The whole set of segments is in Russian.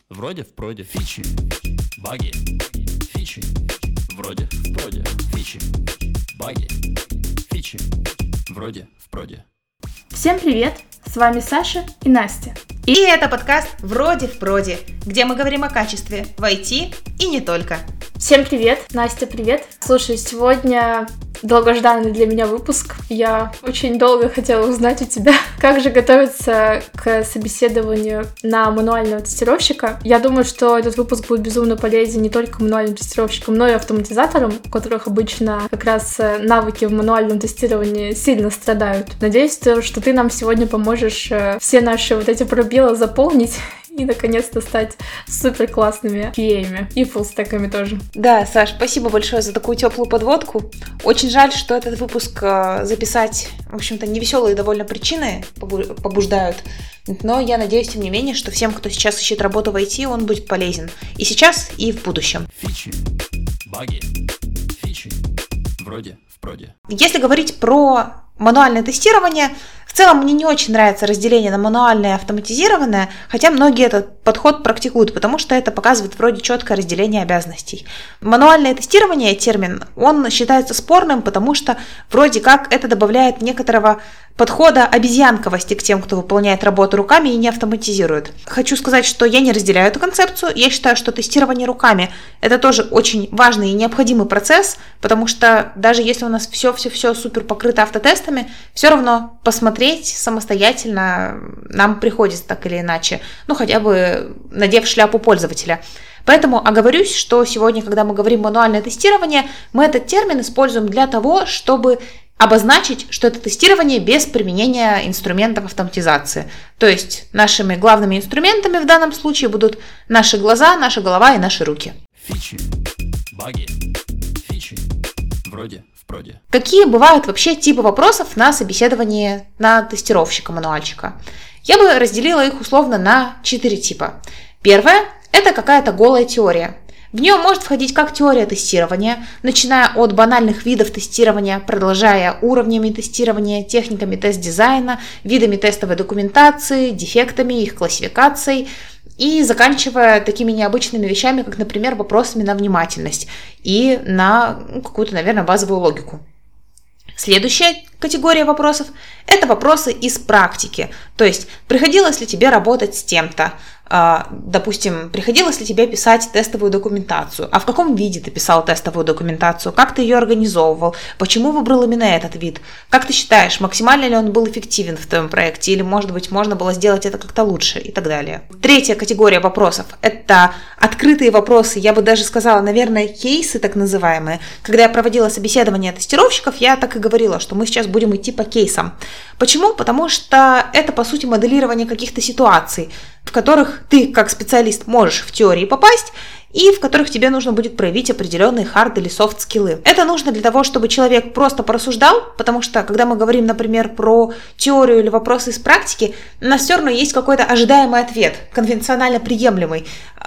Вроде в проде. Фичи, баги, фичи. Вроде в проде. Фичи, баги, фичи. Вроде в проде. Всем привет! С вами Саша и Настя. И это подкаст «Вроде в проде», где мы говорим о качестве в IT и не только. Всем привет! Настя, привет! Слушай, сегодня долгожданный для меня выпуск. Я очень долго хотела узнать у тебя, как же готовиться к собеседованию на мануального тестировщика. Я думаю, что этот выпуск будет безумно полезен не только мануальным тестировщикам, но и автоматизаторам, у которых обычно как раз навыки в мануальном тестировании сильно страдают. Надеюсь, что ты нам сегодня поможешь все наши вот эти пробелы заполнить и, наконец-то, стать супер классными QA-ми и фуллстеками тоже. Да, Саш, спасибо большое за такую теплую подводку. Очень жаль, что этот выпуск записать, в общем-то, невеселые довольно причины побуждают. Но я надеюсь, тем не менее, что всем, кто сейчас ищет работу в IT, он будет полезен. И сейчас, и в будущем. Фичи, баги, фичи. Вроде в проде. Если говорить про мануальное тестирование, в целом мне не очень нравится разделение на мануальное и автоматизированное, хотя многие этот подход практикуют, потому что это показывает вроде четкое разделение обязанностей. Мануальное тестирование, термин, он считается спорным, потому что вроде как это добавляет некоторого подхода обезьянковости к тем, кто выполняет работу руками и не автоматизирует. Хочу сказать, что я не разделяю эту концепцию. Я считаю, что тестирование руками – это тоже очень важный и необходимый процесс, потому что даже если у нас все супер покрыто автотестами, все равно посмотреть самостоятельно нам приходится так или иначе, хотя бы надев шляпу пользователя. Поэтому оговорюсь, что сегодня, когда мы говорим мануальное тестирование, мы этот термин используем для того, чтобы обозначить, что это тестирование без применения инструментов автоматизации. То есть нашими главными инструментами в данном случае будут наши глаза, наша голова и наши руки. Фичи, баги, фичи. Вроде в проде. Какие бывают вообще типы вопросов на собеседовании на тестировщика-мануальщика? Я бы разделила их условно на 4 типа. Первое – это какая-то голая теория. В нее может входить как теория тестирования, начиная от банальных видов тестирования, продолжая уровнями тестирования, техниками тест-дизайна, видами тестовой документации, дефектами, их классификацией, и заканчивая такими необычными вещами, как, например, вопросами на внимательность и на какую-то, наверное, базовую логику. Следующая категория вопросов – это вопросы из практики. То есть, приходилось ли тебе работать с тем-то? Допустим, приходилось ли тебе писать тестовую документацию? А в каком виде ты писал тестовую документацию? Как ты ее организовывал? Почему выбрал именно этот вид? Как ты считаешь, максимально ли он был эффективен в твоем проекте? Или, может быть, можно было сделать это как-то лучше? И так далее. Третья категория вопросов – это открытые вопросы. Я бы даже сказала, наверное, кейсы так называемые. Когда я проводила собеседование тестировщиков, я так и говорила, что мы сейчас будем идти по кейсам. Почему? Потому что это, по сути, моделирование каких-то ситуаций, в которых ты, как специалист, можешь в теории попасть, и в которых тебе нужно будет проявить определенные хард или софт скиллы. Это нужно для того, чтобы человек просто порассуждал, потому что, когда мы говорим, например, про теорию или вопросы из практики, у нас все равно есть какой-то ожидаемый ответ, конвенционально приемлемый.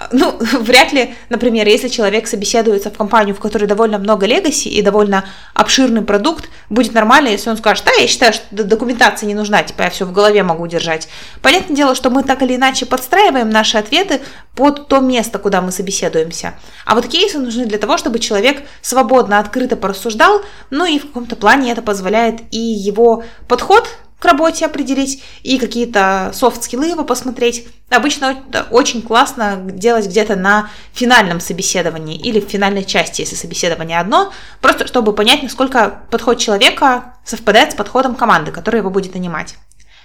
Вряд ли, например, если человек собеседуется в компанию, в которой довольно много легаси и довольно обширный продукт, будет нормально, если он скажет: я считаю, что документация не нужна, я все в голове могу держать. Понятное дело, что мы так или иначе подстраиваем наши ответы под то место, куда мы собеседуемся. А вот кейсы нужны для того, чтобы человек свободно, открыто порассуждал, и в каком-то плане это позволяет и его подход к работе определить, и какие-то софт-скиллы его посмотреть. Обычно это очень классно делать где-то на финальном собеседовании или в финальной части, если собеседование одно, просто чтобы понять, насколько подход человека совпадает с подходом команды, которая его будет нанимать.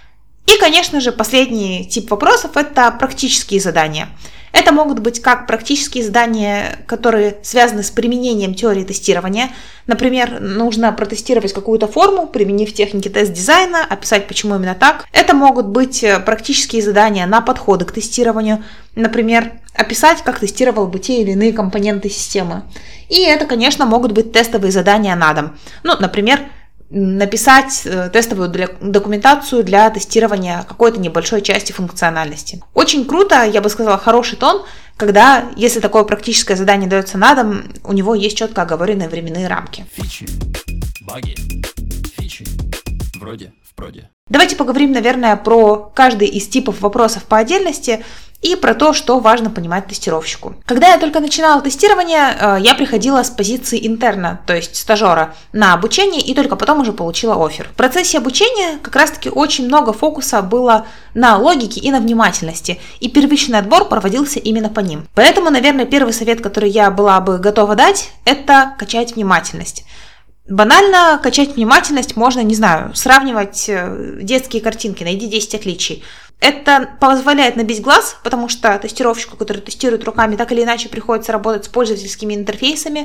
И, конечно же, последний тип вопросов – это практические задания. Это могут быть как практические задания, которые связаны с применением теории тестирования. Например, нужно протестировать какую-то форму, применив техники тест-дизайна, описать, почему именно так. Это могут быть практические задания на подходы к тестированию. Например, описать, как тестировал бы те или иные компоненты системы. И это, конечно, могут быть тестовые задания на дом. Например, написать тестовую документацию для тестирования какой-то небольшой части функциональности. Очень круто, я бы сказала, хороший тон, когда, если такое практическое задание дается на дом, у него есть четко оговоренные временные рамки. Фичи, баги, фичи. Вроде в проде. Давайте поговорим, наверное, про каждый из типов вопросов по отдельности и про то, что важно понимать тестировщику. Когда я только начинала тестирование, я приходила с позиции интерна, то есть стажера, на обучение и только потом уже получила оффер. В процессе обучения как раз-таки очень много фокуса было на логике и на внимательности, и первичный отбор проводился именно по ним. Поэтому, наверное, первый совет, который я была бы готова дать, это качать внимательность. Банально качать внимательность можно, не знаю, сравнивать детские картинки, найди 10 отличий. Это позволяет набить глаз, потому что тестировщику, который тестирует руками, так или иначе приходится работать с пользовательскими интерфейсами.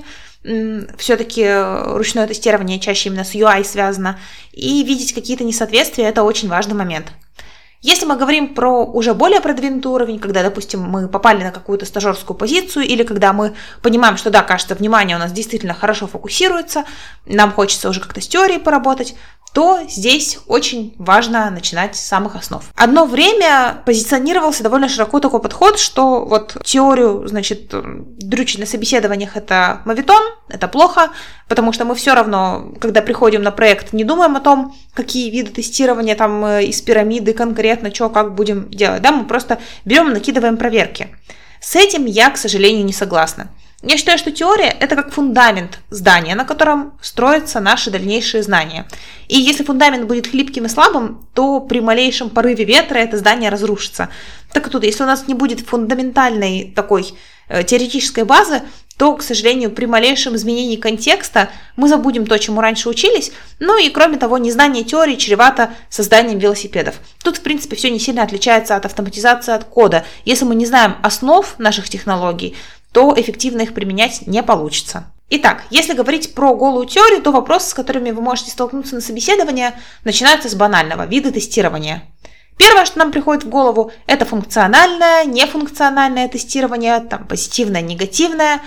Все-таки ручное тестирование чаще именно с UI связано. И видеть какие-то несоответствия – это очень важный момент. Если мы говорим про уже более продвинутый уровень, когда, допустим, мы попали на какую-то стажерскую позицию, или когда мы понимаем, что да, кажется, внимание у нас действительно хорошо фокусируется, нам хочется уже как-то с теорией поработать, то здесь очень важно начинать с самых основ. Одно время позиционировался довольно широко такой подход, что вот теорию, значит, дрючить на собеседованиях – это моветон, это плохо, потому что мы все равно, когда приходим на проект, не думаем о том, какие виды тестирования там из пирамиды конкретно, что, как будем делать, да, мы просто берем и накидываем проверки. С этим я, к сожалению, не согласна. Я считаю, что теория – это как фундамент здания, на котором строятся наши дальнейшие знания. И если фундамент будет хлипким и слабым, то при малейшем порыве ветра это здание разрушится. Так и тут, если у нас не будет фундаментальной такой теоретической базы, то, к сожалению, при малейшем изменении контекста мы забудем то, чему раньше учились. Ну и, кроме того, незнание теории чревато созданием велосипедов. Тут, в принципе, все не сильно отличается от автоматизации, от кода. Если мы не знаем основ наших технологий, то эффективно их применять не получится. Итак, если говорить про голую теорию, то вопросы, с которыми вы можете столкнуться на собеседовании, начинаются с банального – вида тестирования. Первое, что нам приходит в голову, это функциональное, нефункциональное тестирование, там, позитивное, негативное,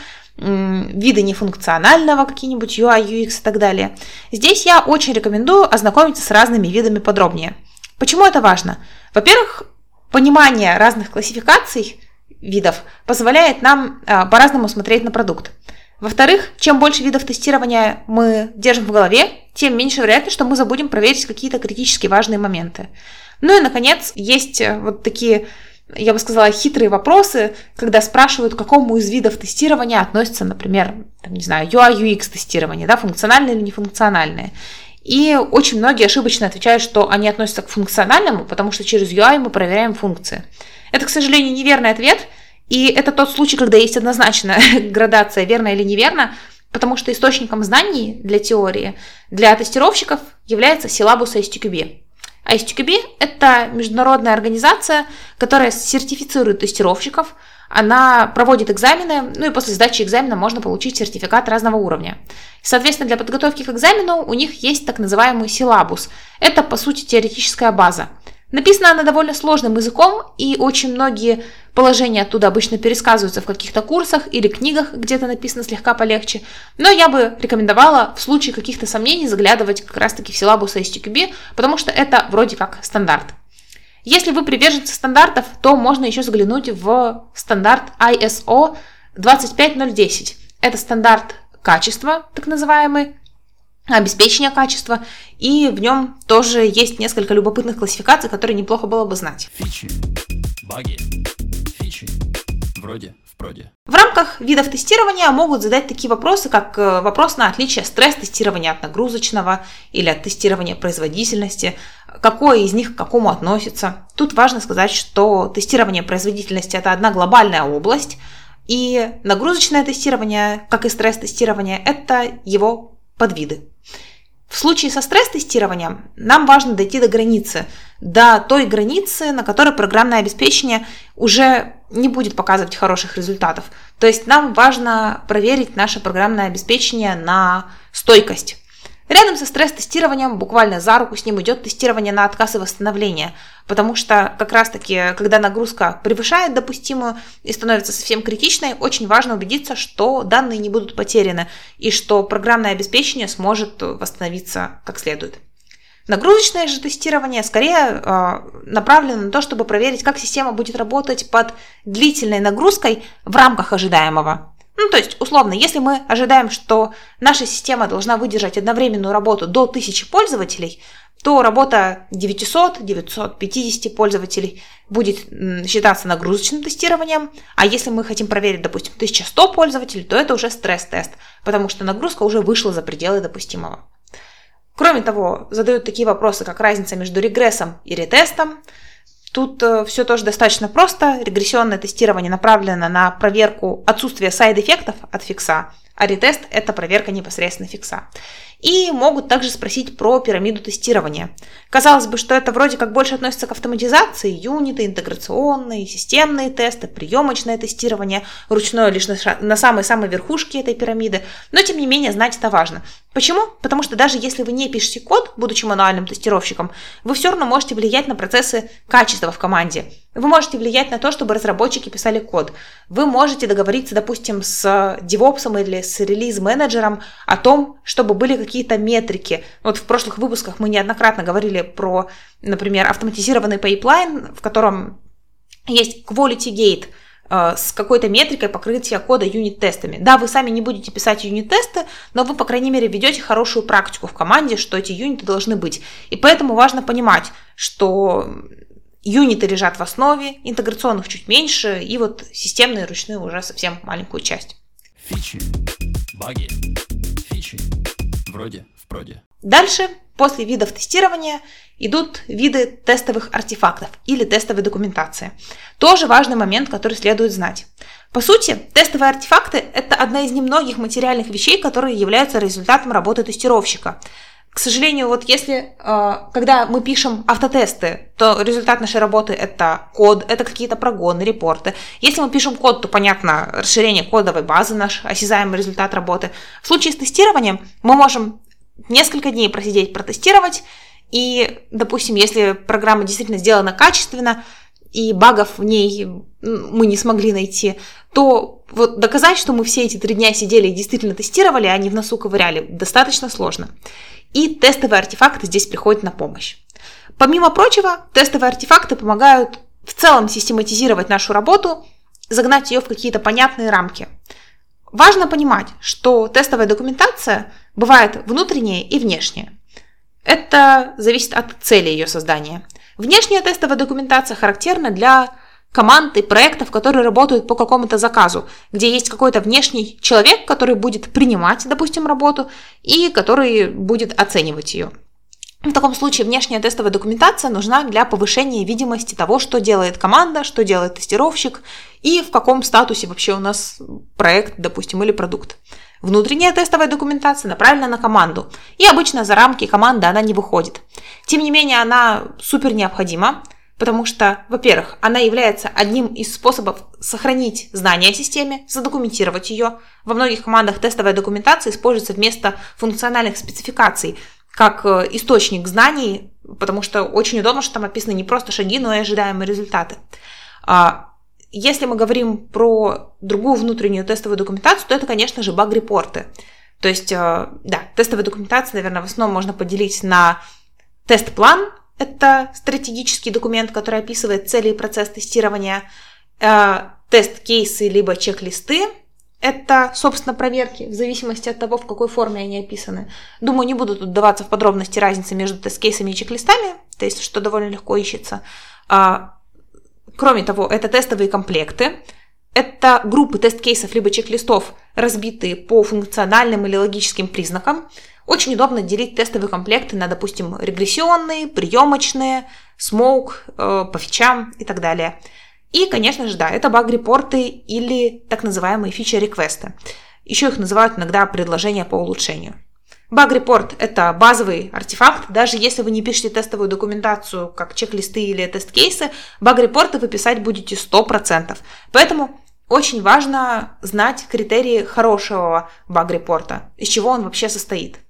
виды нефункционального, какие-нибудь UI, UX и так далее. Здесь я очень рекомендую ознакомиться с разными видами подробнее. Почему это важно? Во-первых, понимание разных классификаций видов позволяет нам по-разному смотреть на продукт. Во-вторых, чем больше видов тестирования мы держим в голове, тем меньше вероятность, что мы забудем проверить какие-то критически важные моменты. Ну и, наконец, есть вот такие, я бы сказала, хитрые вопросы, когда спрашивают, к какому из видов тестирования относится, например, там, не знаю, UI, UX тестирование, да, функциональное или нефункциональное. И очень многие ошибочно отвечают, что они относятся к функциональному, потому что через UI мы проверяем функции. Это, к сожалению, неверный ответ, и это тот случай, когда есть однозначная градация, верно или неверно, потому что источником знаний для теории, для тестировщиков является силабус ISTQB. ISTQB – это международная организация, которая сертифицирует тестировщиков, она проводит экзамены, ну и после сдачи экзамена можно получить сертификат разного уровня. Соответственно, для подготовки к экзамену у них есть так называемый силабус. Это, по сути, теоретическая база. Написана она довольно сложным языком, и очень многие положения оттуда обычно пересказываются в каких-то курсах или книгах, где-то написано слегка полегче. Но я бы рекомендовала в случае каких-то сомнений заглядывать как раз-таки в силабус ISTQB, потому что это вроде как стандарт. Если вы приверженцы стандартов, то можно еще заглянуть в стандарт ISO 25010. Это стандарт качества, так называемый, обеспечения качества, и в нем тоже есть несколько любопытных классификаций, которые неплохо было бы знать. Фичи, баги, фичи, вроде в проде. В рамках видов тестирования могут задать такие вопросы, как вопрос на отличие стресс-тестирования от нагрузочного или от тестирования производительности, какое из них к какому относится. Тут важно сказать, что тестирование производительности – это одна глобальная область, и нагрузочное тестирование, как и стресс-тестирование, это его подвиды. В случае со стресс-тестированием нам важно дойти до границы, до той границы, на которой программное обеспечение уже не будет показывать хороших результатов. То есть нам важно проверить наше программное обеспечение на стойкость. Рядом со стресс-тестированием, буквально за руку с ним, идет тестирование на отказ и восстановление, потому что как раз-таки, когда нагрузка превышает допустимую и становится совсем критичной, очень важно убедиться, что данные не будут потеряны и что программное обеспечение сможет восстановиться как следует. Нагрузочное же тестирование скорее направлено на то, чтобы проверить, как система будет работать под длительной нагрузкой в рамках ожидаемого. Ну, то есть, условно, если мы ожидаем, что наша система должна выдержать одновременную работу до 1000 пользователей, то работа 900-950 пользователей будет считаться нагрузочным тестированием, а если мы хотим проверить, допустим, 1100 пользователей, то это уже стресс-тест, потому что нагрузка уже вышла за пределы допустимого. Кроме того, задают такие вопросы, как разница между регрессом и ретестом. Тут все тоже достаточно просто. Регрессионное тестирование направлено на проверку отсутствия сайд-эффектов от фикса, а ретест – это проверка непосредственно фикса. И могут также спросить про пирамиду тестирования. Казалось бы, что это вроде как больше относится к автоматизации, юниты, интеграционные, системные тесты, приемочное тестирование, ручное лишь на самой-самой верхушке этой пирамиды, но тем не менее знать это важно. Почему? Потому что даже если вы не пишете код, будучи мануальным тестировщиком, вы все равно можете влиять на процессы качества в команде. Вы можете влиять на то, чтобы разработчики писали код. Вы можете договориться, допустим, с девопсом или с релиз-менеджером о том, чтобы были какие-то метрики. Вот в прошлых выпусках мы неоднократно говорили про, например, автоматизированный пайплайн, в котором есть quality gate с какой-то метрикой покрытия кода юнит-тестами. Да, вы сами не будете писать юнит-тесты, но вы, по крайней мере, ведете хорошую практику в команде, что эти юниты должны быть. И поэтому важно понимать, что юниты лежат в основе, интеграционных чуть меньше, и вот системные ручные уже совсем маленькую часть. Фичи, баги, фичи, вроде в проде. Дальше, после видов тестирования, идут виды тестовых артефактов или тестовой документации. Тоже важный момент, который следует знать. По сути, тестовые артефакты – это одна из немногих материальных вещей, которые являются результатом работы тестировщика. К сожалению, вот если, когда мы пишем автотесты, то результат нашей работы – это код, это какие-то прогоны, репорты. Если мы пишем код, то, понятно, расширение кодовой базы – наш осязаемый результат работы. В случае с тестированием мы можем несколько дней просидеть, протестировать, и, допустим, если программа действительно сделана качественно, и багов в ней мы не смогли найти, то вот доказать, что мы все эти 3 дня сидели и действительно тестировали, а не в носу ковыряли, достаточно сложно. И тестовые артефакты здесь приходят на помощь. Помимо прочего, тестовые артефакты помогают в целом систематизировать нашу работу, загнать ее в какие-то понятные рамки. Важно понимать, что тестовая документация бывает внутренняя и внешняя. Это зависит от цели ее создания. Внешняя тестовая документация характерна для команд и проектов, которые работают по какому-то заказу, где есть какой-то внешний человек, который будет принимать, допустим, работу и который будет оценивать ее. В таком случае внешняя тестовая документация нужна для повышения видимости того, что делает команда, что делает тестировщик и в каком статусе вообще у нас проект, допустим, или продукт. Внутренняя тестовая документация направлена на команду, и обычно за рамки команды она не выходит. Тем не менее, она супер необходима, потому что, во-первых, она является одним из способов сохранить знания о системе, задокументировать ее. Во многих командах тестовая документация используется вместо функциональных спецификаций, как источник знаний, потому что очень удобно, что там описаны не просто шаги, но и ожидаемые результаты. Если мы говорим про другую внутреннюю тестовую документацию, то это, конечно же, баг-репорты. То есть, да, тестовая документация, наверное, в основном можно поделить на тест-план. Это стратегический документ, который описывает цели и процесс тестирования. Тест-кейсы либо чек-листы. Это, собственно, проверки, в зависимости от того, в какой форме они описаны. Думаю, не буду тут вдаваться в подробности разницы между тест-кейсами и чек-листами, то есть, что довольно легко ищется. Кроме того, это тестовые комплекты. Это группы тест-кейсов либо чек-листов, разбитые по функциональным или логическим признакам. Очень удобно делить тестовые комплекты на, допустим, регрессионные, приемочные, смоук, по фичам и так далее. И, конечно же, да, это баг-репорты или так называемые фича-реквесты. Еще их называют иногда предложения по улучшению. Баг-репорт – это базовый артефакт. Даже если вы не пишете тестовую документацию, как чек-листы или тест-кейсы, баг-репорты вы писать будете 100%. Поэтому очень важно знать критерии хорошего баг-репорта, из чего он вообще состоит.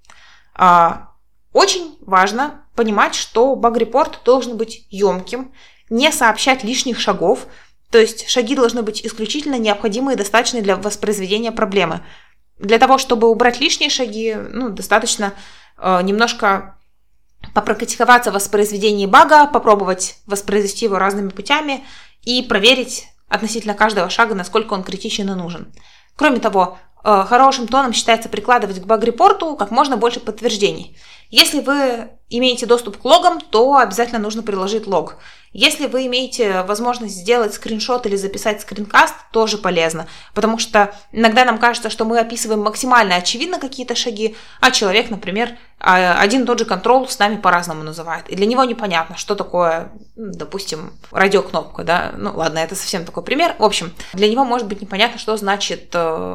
Очень важно понимать, что баг-репорт должен быть емким, не сообщать лишних шагов, то есть шаги должны быть исключительно необходимые и достаточные для воспроизведения проблемы. Для того, чтобы убрать лишние шаги, достаточно немножко попрактиковаться в воспроизведении бага, попробовать воспроизвести его разными путями и проверить относительно каждого шага, насколько он критичен и нужен. Кроме того, хорошим тоном считается прикладывать к баг-репорту как можно больше подтверждений. Если вы имеете доступ к логам, то обязательно нужно приложить лог. Если вы имеете возможность сделать скриншот или записать скринкаст, тоже полезно, потому что иногда нам кажется, что мы описываем максимально очевидно какие-то шаги, а человек, например, один и тот же контрол с нами по-разному называет, и для него непонятно, что такое, допустим, радиокнопка, да, ну ладно, это совсем такой пример, в общем, для него может быть непонятно, что значит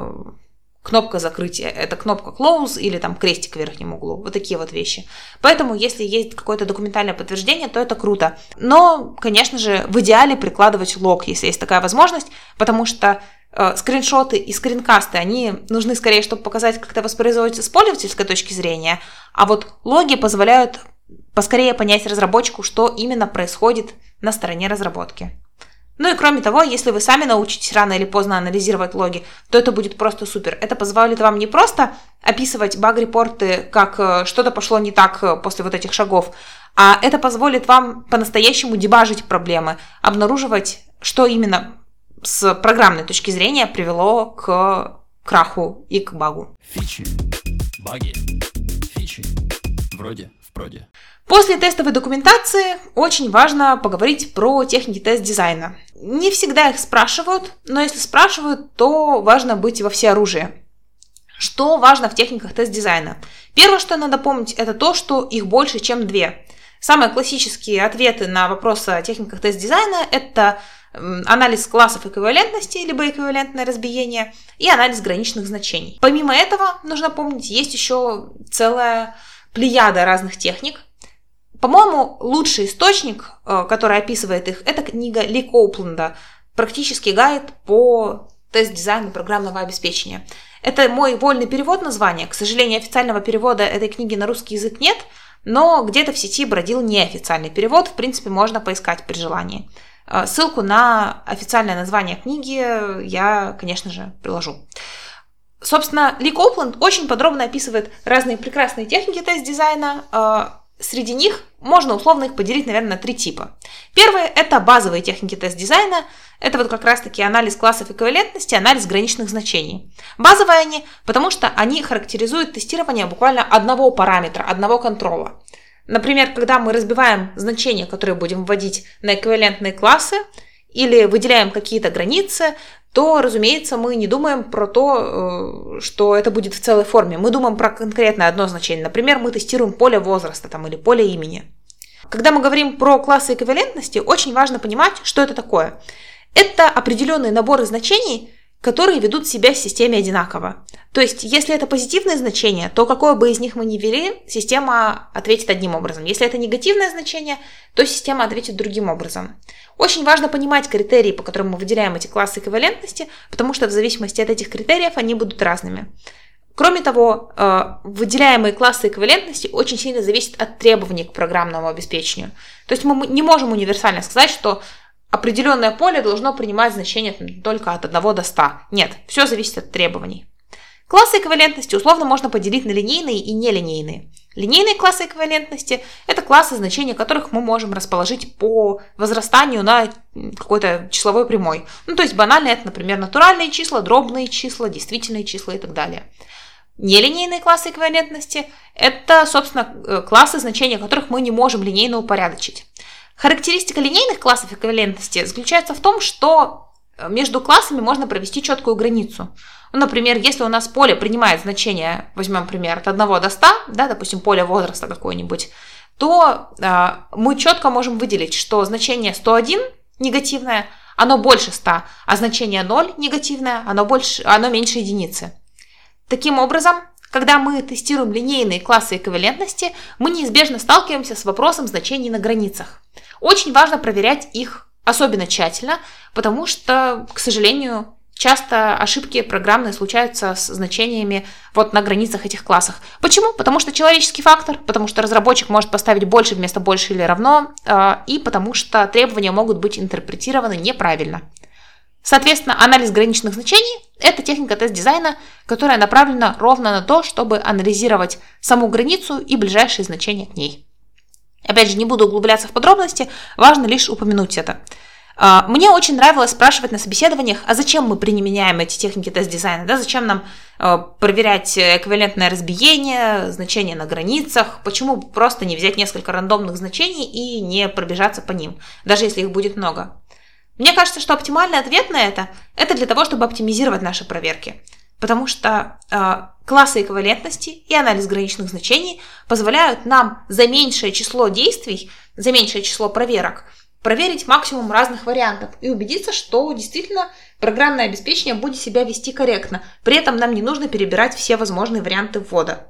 кнопка закрытия, это кнопка close или там крестик в верхнем углу, вот такие вот вещи. Поэтому, если есть какое-то документальное подтверждение, то это круто. Но, конечно же, в идеале прикладывать лог, если есть такая возможность, потому что скриншоты и скринкасты, они нужны скорее, чтобы показать, как это воспроизводится с пользовательской точки зрения, а вот логи позволяют поскорее понять разработчику, что именно происходит на стороне разработки. Ну и кроме того, если вы сами научитесь рано или поздно анализировать логи, то это будет просто супер. Это позволит вам не просто описывать баг-репорты, как что-то пошло не так после вот этих шагов, а это позволит вам по-настоящему дебажить проблемы, обнаруживать, что именно с программной точки зрения привело к краху и к багу. Фичи, баги, фичи, вроде в проде. После тестовой документации очень важно поговорить про техники тест-дизайна. Не всегда их спрашивают, но если спрашивают, то важно быть во всеоружии. Что важно в техниках тест-дизайна? Первое, что надо помнить, это то, что их больше, чем две. Самые классические ответы на вопросы о техниках тест-дизайна – это анализ классов эквивалентности, либо эквивалентное разбиение, и анализ граничных значений. Помимо этого, нужно помнить, есть еще целая плеяда разных техник. По-моему, лучший источник, который описывает их, это книга Ли Коупленда «Практический гайд по тест-дизайну программного обеспечения». Это мой вольный перевод названия. К сожалению, официального перевода этой книги на русский язык нет, но где-то в сети бродил неофициальный перевод, в принципе, можно поискать при желании. Ссылку на официальное название книги я, конечно же, приложу. Собственно, Ли Коупленд очень подробно описывает разные прекрасные техники тест-дизайна. Среди них можно условно их поделить, наверное, на три типа. Первое – это базовые техники тест-дизайна. Это вот как раз-таки анализ классов эквивалентности, анализ граничных значений. Базовые они, потому что они характеризуют тестирование буквально одного параметра, одного контрола. Например, когда мы разбиваем значения, которые будем вводить на эквивалентные классы, или выделяем какие-то границы, то, разумеется, мы не думаем про то, что это будет в целой форме. Мы думаем про конкретное одно значение. Например, мы тестируем поле возраста или поле имени. Когда мы говорим про классы эквивалентности, очень важно понимать, что это такое. Это определенные наборы значений, которые ведут себя в системе одинаково. То есть, если это позитивное значение, то какое бы из них мы ни ввели, система ответит одним образом. Если это негативное значение, то система ответит другим образом. Очень важно понимать критерии, по которым мы выделяем эти классы эквивалентности, потому что в зависимости от этих критериев они будут разными. Кроме того, выделяемые классы эквивалентности очень сильно зависят от требований к программному обеспечению. То есть мы не можем универсально сказать, что определенное поле должно принимать значение только от 1 до 100. Нет, все зависит от требований. Классы эквивалентности условно можно поделить на линейные и нелинейные. Линейные классы эквивалентности – это классы, значения которых мы можем расположить по возрастанию на какой-то числовой прямой. Ну, то есть банально это, например, натуральные числа, дробные числа, действительные числа и так далее. Нелинейные классы эквивалентности – это, собственно, классы, значения которых мы не можем линейно упорядочить. Характеристика линейных классов эквивалентности заключается в том, что между классами можно провести четкую границу. Ну, например, если у нас поле принимает значение, возьмем пример, от 1 до 100, да, допустим, поле возраста какое-нибудь, то мы четко можем выделить, что значение 101 негативное, оно больше 100, а значение 0 негативное, оно меньше единицы. Таким образом, когда мы тестируем линейные классы эквивалентности, мы неизбежно сталкиваемся с вопросом значений на границах. Очень важно проверять их особенно тщательно, потому что, к сожалению, часто ошибки программные случаются с значениями на границах этих классов. Почему? Потому что человеческий фактор, потому что разработчик может поставить больше вместо больше или равно, и потому что требования могут быть интерпретированы неправильно. Соответственно, анализ граничных значений – это техника тест-дизайна, которая направлена ровно на то, чтобы анализировать саму границу и ближайшие значения к ней. Опять же, не буду углубляться в подробности, важно лишь упомянуть это. Мне очень нравилось спрашивать на собеседованиях, а зачем мы применяем эти техники тест-дизайна, да, зачем нам проверять эквивалентное разбиение, значения на границах, почему просто не взять несколько рандомных значений и не пробежаться по ним, даже если их будет много. Мне кажется, что оптимальный ответ на это для того, чтобы оптимизировать наши проверки, потому что классы эквивалентности и анализ граничных значений позволяют нам за меньшее число действий, за меньшее число проверок проверить максимум разных вариантов и убедиться, что действительно программное обеспечение будет себя вести корректно. При этом нам не нужно перебирать все возможные варианты ввода.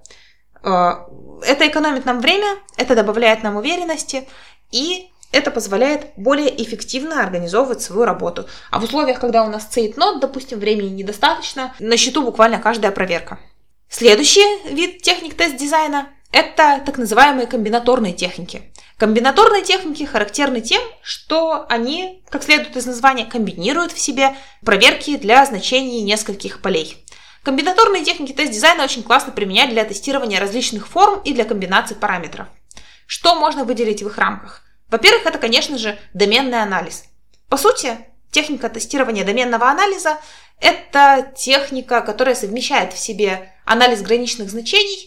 Это экономит нам время, это добавляет нам уверенности, и это позволяет более эффективно организовывать свою работу. А в условиях, когда у нас цейтнот, допустим, времени недостаточно, на счету буквально каждая проверка. Следующий вид техник тест-дизайна – это так называемые комбинаторные техники. Комбинаторные техники характерны тем, что они, как следует из названия, комбинируют в себе проверки для значений нескольких полей. Комбинаторные техники тест-дизайна очень классно применять для тестирования различных форм и для комбинаций параметров. Что можно выделить в их рамках? Во-первых, это, конечно же, доменный анализ. По сути, техника тестирования доменного анализа – это техника, которая совмещает в себе анализ граничных значений,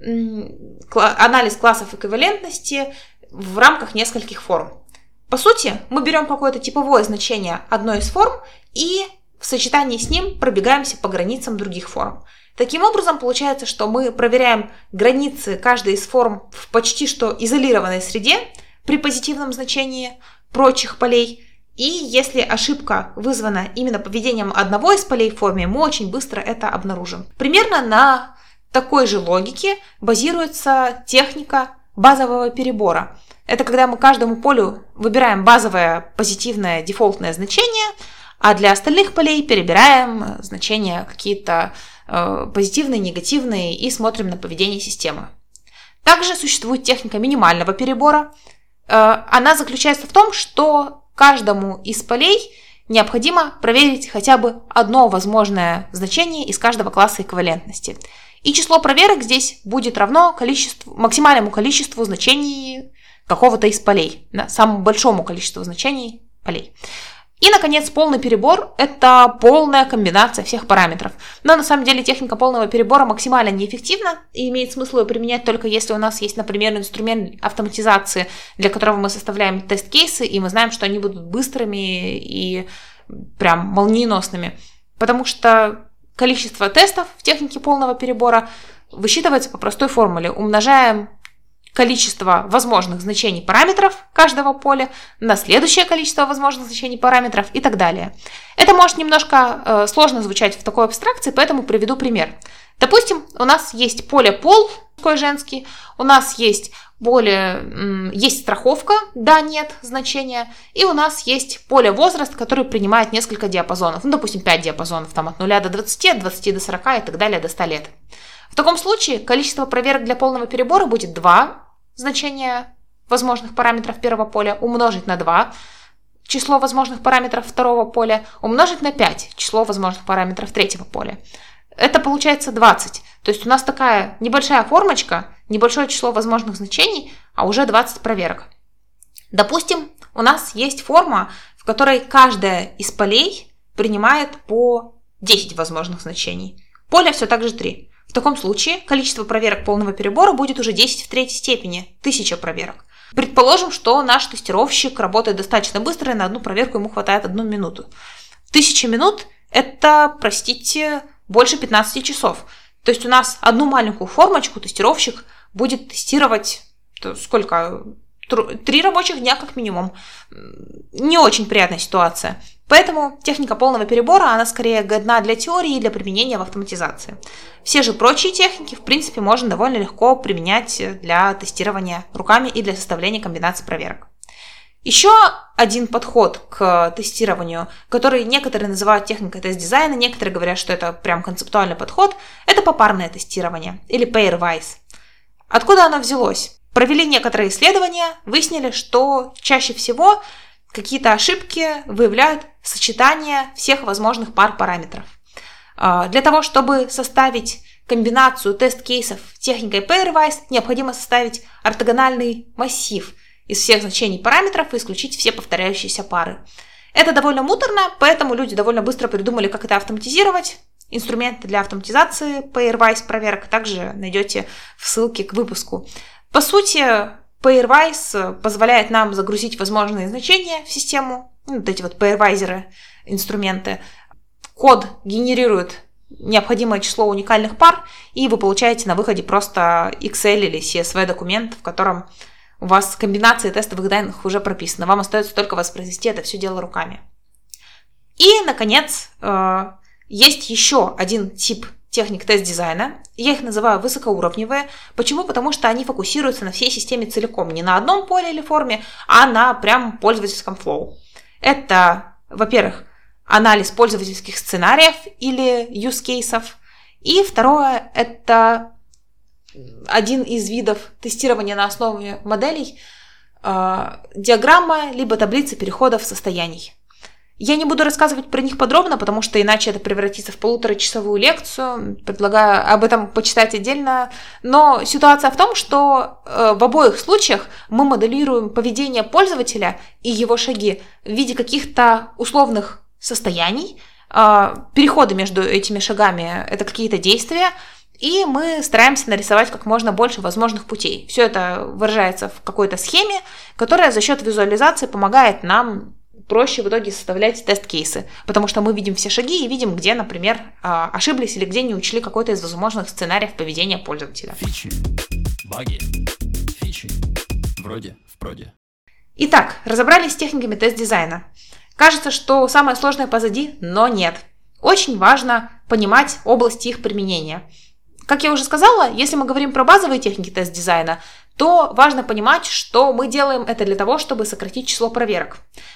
анализ классов эквивалентности в рамках нескольких форм. По сути, мы берем какое-то типовое значение одной из форм и в сочетании с ним пробегаемся по границам других форм. Таким образом, получается, что мы проверяем границы каждой из форм в почти что изолированной среде при позитивном значении прочих полей, и если ошибка вызвана именно поведением одного из полей в форме, мы очень быстро это обнаружим. Примерно на такой же логике базируется техника базового перебора. Это когда мы каждому полю выбираем базовое позитивное дефолтное значение, а для остальных полей перебираем значения какие-то позитивные, негативные и смотрим на поведение системы. Также существует техника минимального перебора. Она заключается в том, что каждому из полей необходимо проверить хотя бы одно возможное значение из каждого класса эквивалентности. И число проверок здесь будет равно максимальному количеству значений какого-то из полей, самому большому количеству значений полей. И, наконец, полный перебор – это полная комбинация всех параметров. Но, на самом деле, техника полного перебора максимально неэффективна и имеет смысл ее применять только если у нас есть, например, инструмент автоматизации, для которого мы составляем тест-кейсы, и мы знаем, что они будут быстрыми и прям молниеносными. Потому что количество тестов в технике полного перебора высчитывается по простой формуле. Умножаем количество возможных значений параметров каждого поля на следующее количество возможных значений параметров и так далее. Это может немножко сложно звучать в такой абстракции, поэтому приведу пример. Допустим, у нас есть поле пол, мужской, женский, у нас есть есть страховка, да, нет значения, и у нас есть поле возраст, который принимает несколько диапазонов, допустим, 5 диапазонов, там от 0 до 20, от 20 до 40 и так далее, до 100 лет. В таком случае количество проверок для полного перебора будет 2 значения возможных параметров первого поля умножить на 2 число возможных параметров второго поля умножить на 5 число возможных параметров третьего поля. Это получается 20. То есть у нас такая небольшая формочка, небольшое число возможных значений, а уже 20 проверок. Допустим, у нас есть форма, в которой каждая из полей принимает по 10 возможных значений. Поля все так же 3. В таком случае количество проверок полного перебора будет уже 10 в третьей степени, 1000 проверок. Предположим, что наш тестировщик работает достаточно быстро, и на одну проверку ему хватает 1 минуту. 1000 минут – это, простите, больше 15 часов. То есть у нас одну маленькую формочку тестировщик будет тестировать сколько? 3 рабочих дня как минимум. Не очень приятная ситуация. Поэтому техника полного перебора, она скорее годна для теории и для применения в автоматизации. Все же прочие техники, в принципе, можно довольно легко применять для тестирования руками и для составления комбинаций проверок. Еще один подход к тестированию, который некоторые называют техникой тест-дизайна, некоторые говорят, что это прям концептуальный подход, это попарное тестирование или pairwise. Откуда оно взялось? Провели некоторые исследования, выяснили, что чаще всего какие-то ошибки выявляют сочетание всех возможных пар параметров. Для того, чтобы составить комбинацию тест-кейсов техникой pairwise, необходимо составить ортогональный массив из всех значений параметров и исключить все повторяющиеся пары. Это довольно муторно, поэтому люди довольно быстро придумали, как это автоматизировать. Инструменты для автоматизации Pairwise проверок также найдете в ссылке к выпуску. По сути, Pairwise позволяет нам загрузить возможные значения в систему, вот эти вот Pairwiser инструменты. Код генерирует необходимое число уникальных пар, и вы получаете на выходе просто Excel или CSV документ, в котором у вас комбинации тестовых данных уже прописаны. Вам остается только воспроизвести это все дело руками. И, наконец, есть еще один тип техник тест-дизайна. Я их называю высокоуровневые. Почему? Потому что они фокусируются на всей системе целиком. Не на одном поле или форме, а на прям пользовательском флоу. Это, во-первых, анализ пользовательских сценариев или use cases. И второе, это один из видов тестирования на основе моделей, диаграмма либо таблицы переходов состояний. Я не буду рассказывать про них подробно, потому что иначе это превратится в 1,5-часовую лекцию. Предлагаю об этом почитать отдельно. Но ситуация в том, что в обоих случаях мы моделируем поведение пользователя и его шаги в виде каких-то условных состояний. Переходы между этими шагами – это какие-то действия. И мы стараемся нарисовать как можно больше возможных путей. Все это выражается в какой-то схеме, которая за счет визуализации помогает нам проще в итоге составлять тест-кейсы, потому что мы видим все шаги и видим, где, например, ошиблись или где не учли какой-то из возможных сценариев поведения пользователя. Фичи, баги, фичи, вроде в проде. Итак, разобрались с техниками тест-дизайна. Кажется, что самое сложное позади, но нет. Очень важно понимать области их применения. Как я уже сказала, если мы говорим про базовые техники тест-дизайна, то важно понимать, что мы делаем это для того, чтобы сократить число проверок.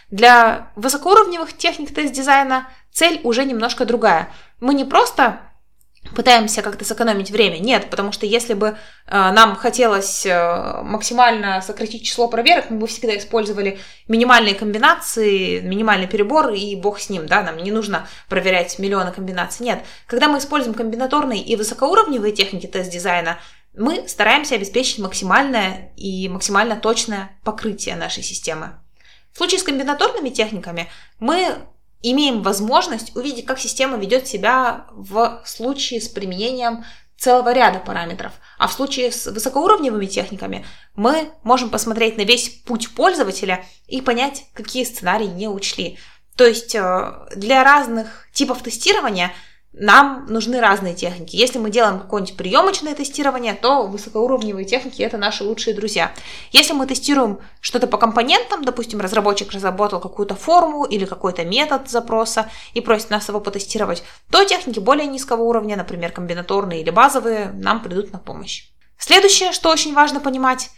Для высокоуровневых техник тест-дизайна цель уже немножко другая. Мы не просто пытаемся как-то сэкономить время, нет, потому что если бы нам хотелось максимально сократить число проверок, мы бы всегда использовали минимальные комбинации, минимальный перебор, и бог с ним, да, нам не нужно проверять миллионы комбинаций, нет. Когда мы используем комбинаторные и высокоуровневые техники тест-дизайна, мы стараемся обеспечить максимальное и максимально точное покрытие нашей системы. В случае с комбинаторными техниками мы имеем возможность увидеть, как система ведет себя в случае с применением целого ряда параметров. А в случае с высокоуровневыми техниками мы можем посмотреть на весь путь пользователя и понять, какие сценарии не учли. То есть для разных типов тестирования нам нужны разные техники. Если мы делаем какое-нибудь приемочное тестирование, то высокоуровневые техники – это наши лучшие друзья. Если мы тестируем что-то по компонентам, допустим, разработчик разработал какую-то форму или какой-то метод запроса и просит нас его потестировать, то техники более низкого уровня, например, комбинаторные или базовые, нам придут на помощь. Следующее, что очень важно понимать,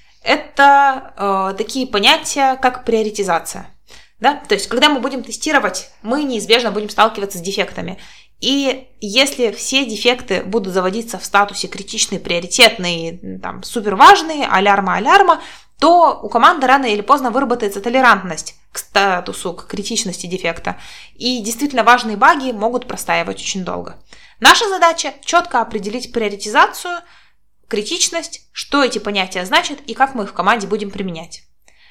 это такие понятия, как приоритизация. Да? То есть, когда мы будем тестировать, мы неизбежно будем сталкиваться с дефектами. И если все дефекты будут заводиться в статусе критичные, приоритетные, там, суперважные, алярма, то у команды рано или поздно выработается толерантность к статусу, к критичности дефекта. И действительно важные баги могут простаивать очень долго. Наша задача четко определить приоритизацию, критичность, что эти понятия значат и как мы их в команде будем применять.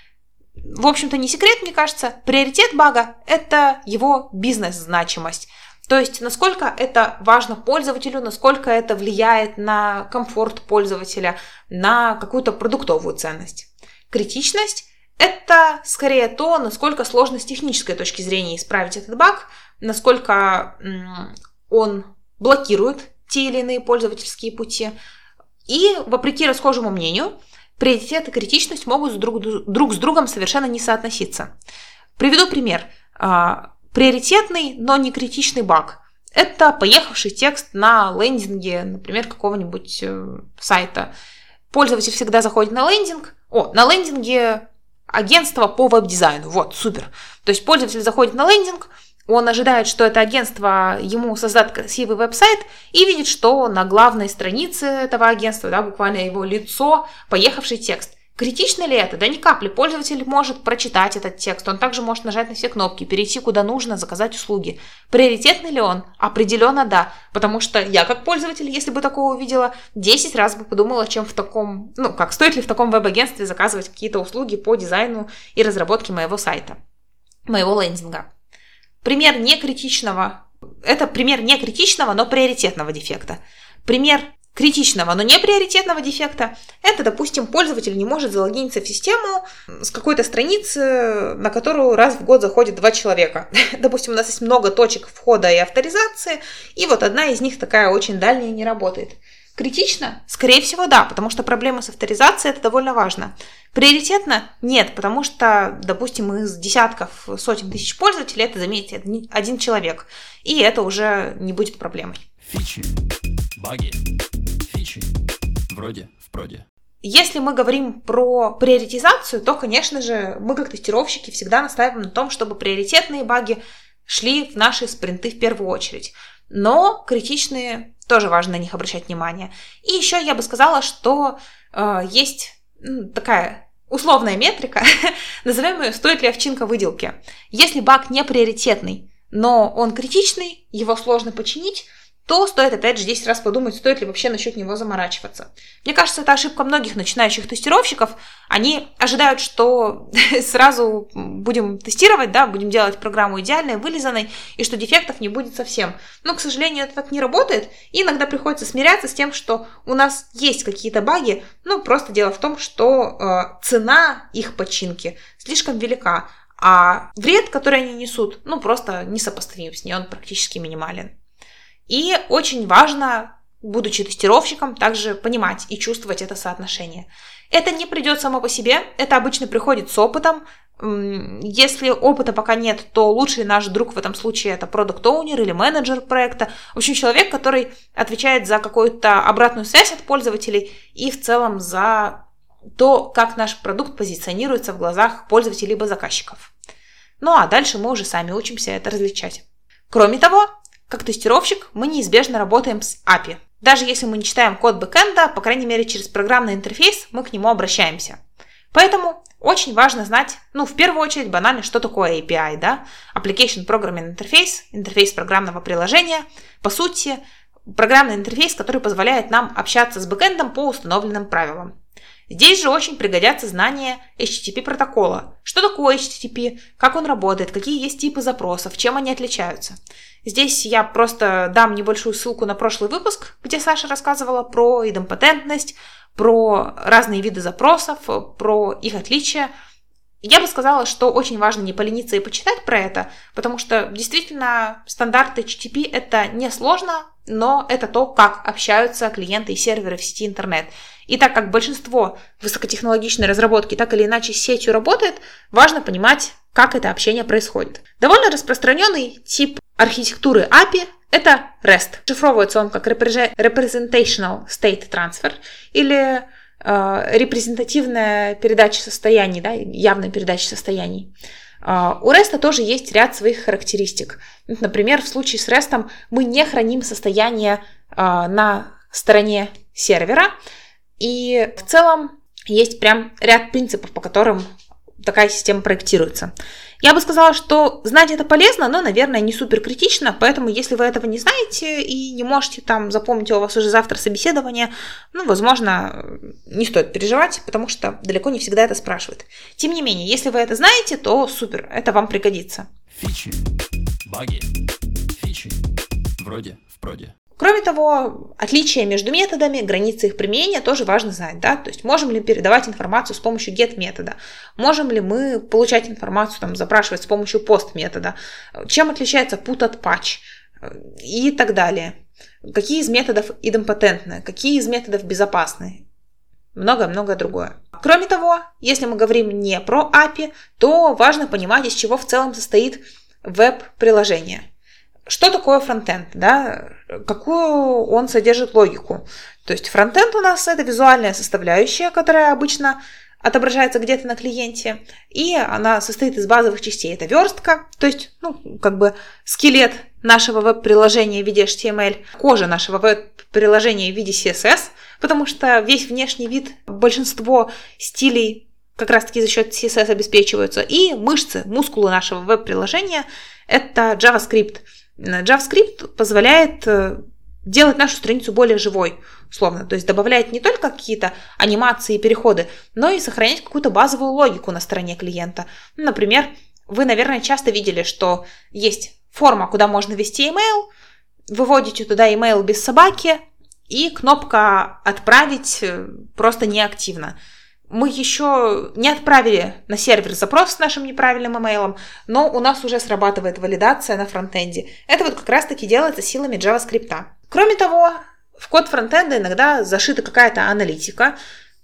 В общем-то, не секрет, мне кажется, приоритет бага – это его бизнес-значимость. То есть, насколько это важно пользователю, насколько это влияет на комфорт пользователя, на какую-то продуктовую ценность. Критичность – это скорее то, насколько сложно с технической точки зрения исправить этот баг, насколько он блокирует те или иные пользовательские пути. И, вопреки расхожему мнению, приоритет и критичность могут друг с другом совершенно не соотноситься. Приведу пример. Приоритетный, но не критичный баг – это поехавший текст на лендинге, например, какого-нибудь сайта. Пользователь всегда заходит на лендинг. На лендинге агентство по веб-дизайну. Вот, супер. То есть пользователь заходит на лендинг, он ожидает, что это агентство ему создаст красивый веб-сайт и видит, что на главной странице этого агентства, да, буквально его лицо, поехавший текст. Критично ли это? Да ни капли. Пользователь может прочитать этот текст, он также может нажать на все кнопки, перейти куда нужно, заказать услуги. Приоритетный ли он? Определенно да, потому что я как пользователь, если бы такого увидела, 10 раз бы подумала, чем в таком, стоит ли в таком веб-агентстве заказывать какие-то услуги по дизайну и разработке моего сайта, моего лендинга. пример не критичного, но приоритетного дефекта. Пример критичного, но не приоритетного дефекта – это, допустим, пользователь не может залогиниться в систему с какой-то страницы, на которую раз в год заходит 2 человека. Допустим, у нас есть много точек входа и авторизации, и вот одна из них такая очень дальняя не работает. Критично? Скорее всего, да, потому что проблема с авторизацией – это довольно важно. Приоритетно? Нет, потому что, допустим, из десятков, сотен тысяч пользователей это заметит один человек, и это уже не будет проблемой. Фичи, баги, фичи, вроде в проде. Если мы говорим про приоритизацию, то, конечно же, мы как тестировщики всегда настаиваем на том, чтобы приоритетные баги шли в наши спринты в первую очередь. Но критичные тоже важно на них обращать внимание. И еще я бы сказала, что есть такая условная метрика, назовем ее «стоит ли овчинка выделки». Если баг не приоритетный, но он критичный, его сложно починить, то стоит опять же 10 раз подумать, стоит ли вообще насчет него заморачиваться. Мне кажется, это ошибка многих начинающих тестировщиков. Они ожидают, что сразу будем тестировать, да, будем делать программу идеальной, вылизанной, и что дефектов не будет совсем. Но, к сожалению, это так не работает, и иногда приходится смиряться с тем, что у нас есть какие-то баги, просто дело в том, что цена их починки слишком велика, а вред, который они несут, просто несопоставим с ней, он практически минимален. И очень важно, будучи тестировщиком, также понимать и чувствовать это соотношение. Это не придет само по себе, это обычно приходит с опытом. Если опыта пока нет, то лучший наш друг в этом случае это продакт-оунер или менеджер проекта. В общем, человек, который отвечает за какую-то обратную связь от пользователей и в целом за то, как наш продукт позиционируется в глазах пользователей либо заказчиков. А дальше мы уже сами учимся это различать. Кроме того, как тестировщик мы неизбежно работаем с API. Даже если мы не читаем код бэкэнда, по крайней мере через программный интерфейс мы к нему обращаемся. Поэтому очень важно знать, в первую очередь банально, что такое API, да? Application Programming Interface, интерфейс программного приложения. По сути, программный интерфейс, который позволяет нам общаться с бэкэндом по установленным правилам. Здесь же очень пригодятся знания HTTP протокола. Что такое HTTP, как он работает, какие есть типы запросов, чем они отличаются. Здесь я просто дам небольшую ссылку на прошлый выпуск, где Саша рассказывала про идемпотентность, про разные виды запросов, про их отличия. Я бы сказала, что очень важно не полениться и почитать про это, потому что действительно стандарт HTTP это не сложно, но это то, как общаются клиенты и серверы в сети интернет. И так как большинство высокотехнологичной разработки так или иначе с сетью работает, важно понимать, как это общение происходит. Довольно распространенный тип архитектуры API – это REST. Шифровывается он как Representational State Transfer или репрезентативная передача состояний, да, явная передача состояний. У REST тоже есть ряд своих характеристик. Например, в случае с REST мы не храним состояние на стороне сервера, и в целом есть прям ряд принципов, по которым такая система проектируется. Я бы сказала, что знать это полезно, но, наверное, не супер критично, поэтому если вы этого не знаете и не можете запомнить, у вас уже завтра собеседование, возможно, не стоит переживать, потому что далеко не всегда это спрашивают. Тем не менее, если вы это знаете, то супер, это вам пригодится. Фичи, баги, фичи, вроде в проде. Кроме того, отличия между методами, границы их применения тоже важно знать, да, то есть можем ли передавать информацию с помощью get метода, можем ли мы получать информацию, запрашивать с помощью post метода, чем отличается put от patch и так далее, какие из методов идемпотентны, какие из методов безопасны, многое-многое другое. Кроме того, если мы говорим не про API, то важно понимать, из чего в целом состоит веб-приложение. Что такое фронтенд, да? Какую он содержит логику? То есть фронтенд у нас это визуальная составляющая, которая обычно отображается где-то на клиенте, и она состоит из базовых частей. Это верстка, то есть, скелет нашего веб-приложения в виде HTML, кожа нашего веб-приложения в виде CSS, потому что весь внешний вид, большинство стилей как раз-таки за счет CSS обеспечиваются, и мышцы, мускулы нашего веб-приложения – это JavaScript. JavaScript позволяет делать нашу страницу более живой, условно. То есть добавляет не только какие-то анимации и переходы, но и сохранять какую-то базовую логику на стороне клиента. Например, вы, наверное, часто видели, что есть форма, куда можно ввести email, выводите туда email без собаки, и кнопка «Отправить» просто неактивна. Мы еще не отправили на сервер запрос с нашим неправильным имейлом, но у нас уже срабатывает валидация на фронтенде. Это вот как раз-таки делается силами JavaScript. Кроме того, в код фронтенда иногда зашита какая-то аналитика.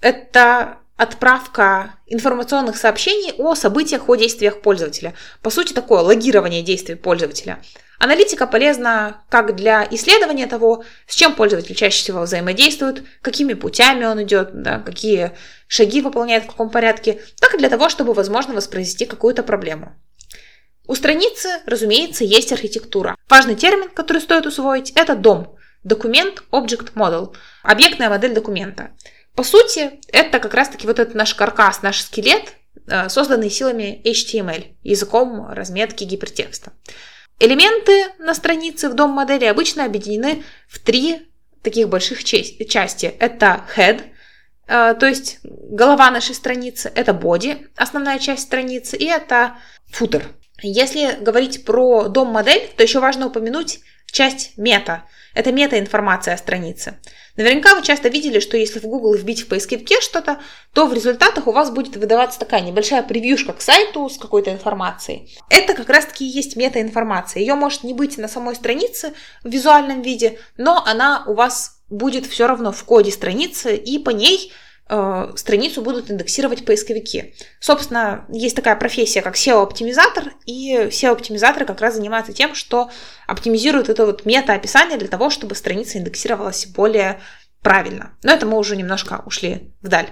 Это отправка информационных сообщений о событиях, о действиях пользователя. По сути, такое логирование действий пользователя. Аналитика полезна как для исследования того, с чем пользователь чаще всего взаимодействует, какими путями он идет, да, какие шаги выполняет, в каком порядке, так и для того, чтобы, возможно, воспроизвести какую-то проблему. У страницы, разумеется, есть архитектура. Важный термин, который стоит усвоить, это DOM – Document Object Model – объектная модель документа. По сути, это как раз-таки вот этот наш каркас, наш скелет, созданный силами HTML, языком разметки гипертекста. Элементы на странице в DOM-модели обычно объединены в 3 таких больших части. Это head, то есть голова нашей страницы, это body, основная часть страницы, и это footer. Если говорить про DOM-модель, то еще важно упомянуть часть мета. Это мета-информация о странице. Наверняка вы часто видели, что если в Google вбить в поисковике что-то, то в результатах у вас будет выдаваться такая небольшая превьюшка к сайту с какой-то информацией. Это как раз-таки и есть мета-информация. Ее может не быть на самой странице в визуальном виде, но она у вас будет все равно в коде страницы, и по ней страницу будут индексировать поисковики. Собственно, есть такая профессия, как SEO-оптимизатор, и SEO-оптимизаторы как раз занимаются тем, что оптимизируют это вот мета-описание для того, чтобы страница индексировалась более правильно. Но это мы уже немножко ушли вдаль.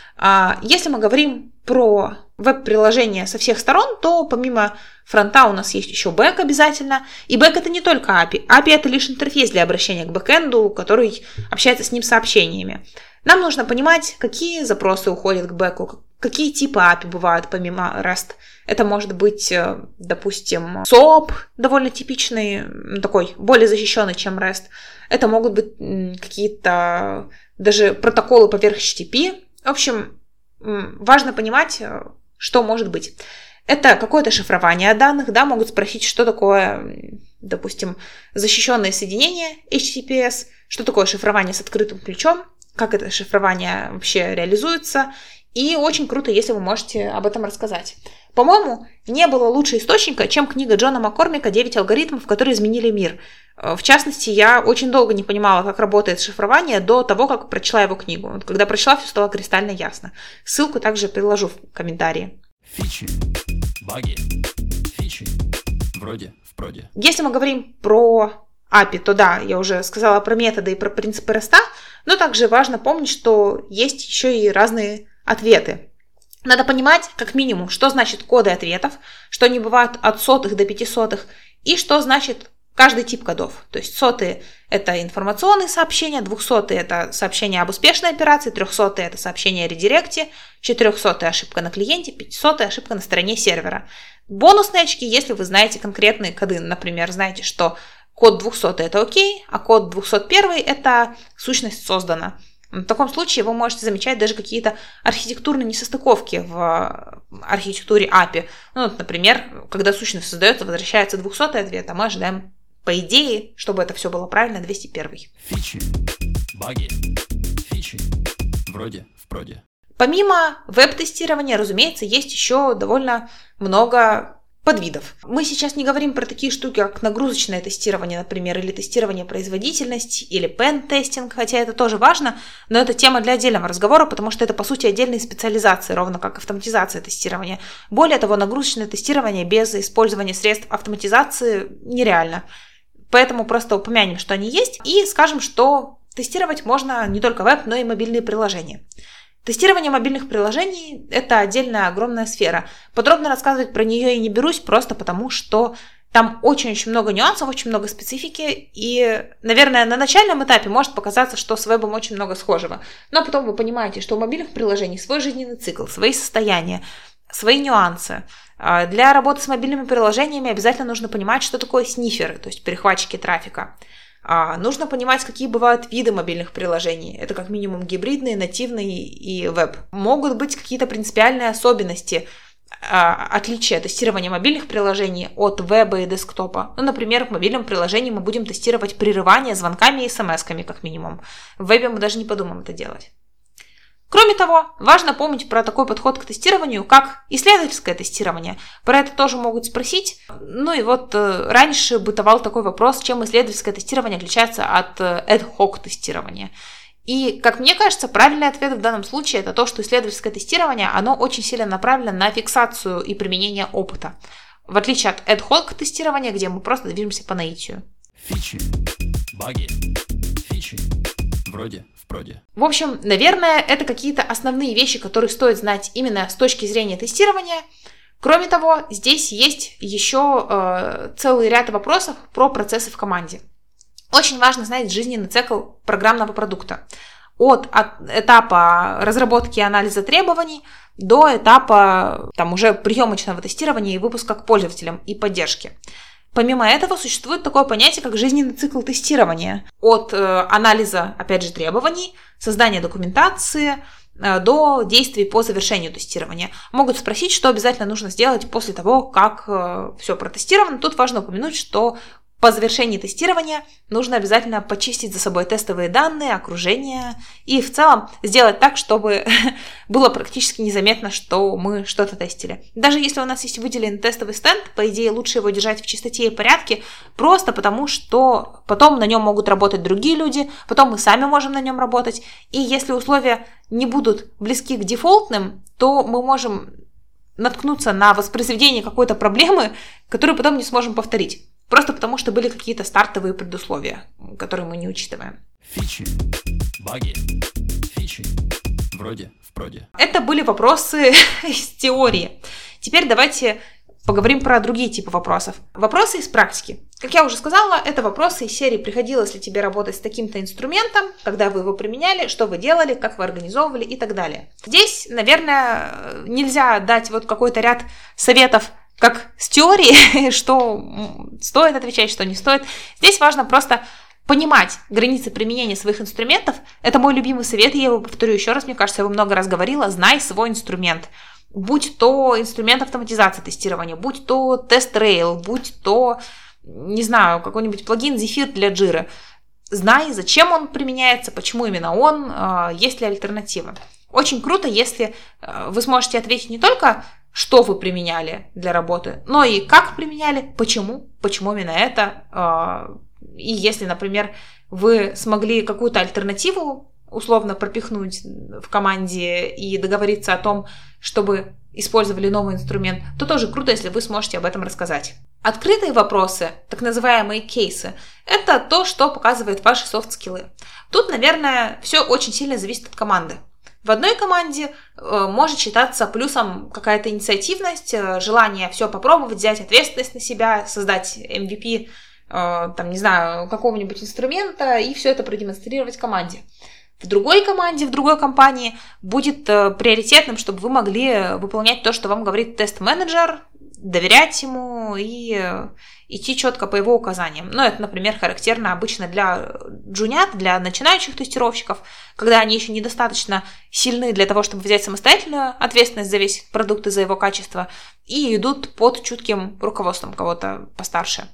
Если мы говорим про веб-приложение со всех сторон, то помимо фронта у нас есть еще бэк обязательно. И бэк это не только API. API это лишь интерфейс для обращения к бэкэнду, который общается с ним сообщениями. Нам нужно понимать, какие запросы уходят к бэку, какие типы API бывают помимо REST. Это может быть, допустим, SOAP, довольно типичный, такой, более защищенный, чем REST. Это могут быть какие-то даже протоколы поверх HTTP. В общем, важно понимать, что может быть. Это какое-то шифрование данных, да, могут спросить, что такое, допустим, защищенное соединение HTTPS, что такое шифрование с открытым ключом, как это шифрование вообще реализуется, и очень круто, если вы можете об этом рассказать. По-моему, не было лучше источника, чем книга Джона Маккормика «9 алгоритмов, которые изменили мир». В частности, я очень долго не понимала, как работает шифрование до того, как прочла его книгу. Вот когда прочла, все стало кристально ясно. Ссылку также приложу в комментарии. Фичи, баги, фичи, вроде в проде. Если мы говорим про API, то да, я уже сказала про методы и про принципы REST, но также важно помнить, что есть еще и разные ответы. Надо понимать, как минимум, что значит коды ответов, что они бывают от сотых до 500, и что значит каждый тип кодов. То есть 100 – это информационные сообщения, 200 – это сообщение об успешной операции, 300 – это сообщение о редиректе, 400 – ошибка на клиенте, 500 – ошибка на стороне сервера. Бонусные очки, если вы знаете конкретные коды, например, знаете, что код 200 – это окей, а код 201 – это сущность создана. В таком случае вы можете замечать даже какие-то архитектурные несостыковки в архитектуре API. Ну, вот, например, когда сущность создается, возвращается 200-й ответ, а мы ожидаем, по идее, чтобы это все было правильно, 201-й. Фичи, баги, фичи, вроде в проде. Помимо веб-тестирования, разумеется, есть еще довольно много подвидов. Мы сейчас не говорим про такие штуки, как нагрузочное тестирование, например, или тестирование производительности, или пен-тестинг, хотя это тоже важно, но это тема для отдельного разговора, потому что это, по сути, отдельные специализации, ровно как автоматизация тестирования. Более того, нагрузочное тестирование без использования средств автоматизации нереально. Поэтому просто упомянем, что они есть, и скажем, что тестировать можно не только веб, но и мобильные приложения. Тестирование мобильных приложений – это отдельная огромная сфера. Подробно рассказывать про нее я не берусь, просто потому что там очень-очень много нюансов, очень много специфики, и, наверное, на начальном этапе может показаться, что с вебом очень много схожего. Но потом вы понимаете, что у мобильных приложений свой жизненный цикл, свои состояния, свои нюансы. Для работы с мобильными приложениями обязательно нужно понимать, что такое сниферы, то есть перехватчики трафика. Нужно понимать, какие бывают виды мобильных приложений. Это как минимум гибридные, нативные и веб. Могут быть какие-то принципиальные особенности отличие тестирования мобильных приложений от веба и десктопа. Ну, например, в мобильном приложении мы будем тестировать прерывание звонками и смс-ками, как минимум. В вебе мы даже не подумаем это делать. Кроме того, важно помнить про такой подход к тестированию, как исследовательское тестирование. Про это тоже могут спросить. Ну и вот раньше бытовал такой вопрос, чем исследовательское тестирование отличается от ad-hoc тестирования. И, как мне кажется, правильный ответ в данном случае это то, что исследовательское тестирование, оно очень сильно направлено на фиксацию и применение опыта. В отличие от ad-hoc тестирования, где мы просто движемся по наитию. Фичи, баги, фичи, вроде в проде. В общем, наверное, это какие-то основные вещи, которые стоит знать именно с точки зрения тестирования. Кроме того, здесь есть еще целый ряд вопросов про процессы в команде. Очень важно знать жизненный цикл программного продукта. От этапа разработки и анализа требований до этапа уже приемочного тестирования и выпуска к пользователям и поддержки. Помимо этого, существует такое понятие, как жизненный цикл тестирования. От анализа, опять же, требований, создания документации до действий по завершению тестирования. Могут спросить, что обязательно нужно сделать после того, как все протестировано. Тут важно упомянуть, что по завершении тестирования нужно обязательно почистить за собой тестовые данные, окружение и в целом сделать так, чтобы было практически незаметно, что мы что-то тестили. Даже если у нас есть выделенный тестовый стенд, по идее лучше его держать в чистоте и порядке, просто потому что потом на нем могут работать другие люди, потом мы сами можем на нем работать, и если условия не будут близки к дефолтным, то мы можем наткнуться на воспроизведение какой-то проблемы, которую потом не сможем повторить. Просто потому, что были какие-то стартовые предусловия, которые мы не учитываем. Фичи, баги, фичи, вроде в проде. Это были вопросы из теории. Теперь давайте поговорим про другие типы вопросов. Вопросы из практики. Как я уже сказала, это вопросы из серии «Приходилось ли тебе работать с таким-то инструментом?», когда вы его применяли, что вы делали, как вы организовывали и так далее. Здесь, наверное, нельзя дать вот какой-то ряд советов, как с теории, что стоит отвечать, что не стоит. Здесь важно просто понимать границы применения своих инструментов. Это мой любимый совет, я его повторю еще раз, мне кажется, я его много раз говорила. Знай свой инструмент. Будь то инструмент автоматизации тестирования, будь то TestRail, будь то, не знаю, какой-нибудь плагин Zephyr для Jira. Знай, зачем он применяется, почему именно он, есть ли альтернатива. Очень круто, если вы сможете ответить не только что вы применяли для работы, но и как применяли, почему именно это. И если, например, вы смогли какую-то альтернативу условно пропихнуть в команде и договориться о том, чтобы использовали новый инструмент, то тоже круто, если вы сможете об этом рассказать. Открытые вопросы, так называемые кейсы, это то, что показывает ваши софт-скиллы. Тут, наверное, все очень сильно зависит от команды. В одной команде может считаться плюсом какая-то инициативность, желание все попробовать, взять ответственность на себя, создать MVP, не знаю, какого-нибудь инструмента и все это продемонстрировать команде. В другой команде, в другой компании будет приоритетным, чтобы вы могли выполнять то, что вам говорит тест-менеджер, доверять ему и идти четко по его указаниям. Но это, например, характерно обычно для джунят, для начинающих тестировщиков, когда они еще недостаточно сильны для того, чтобы взять самостоятельную ответственность за весь продукт и за его качество, и идут под чутким руководством кого-то постарше.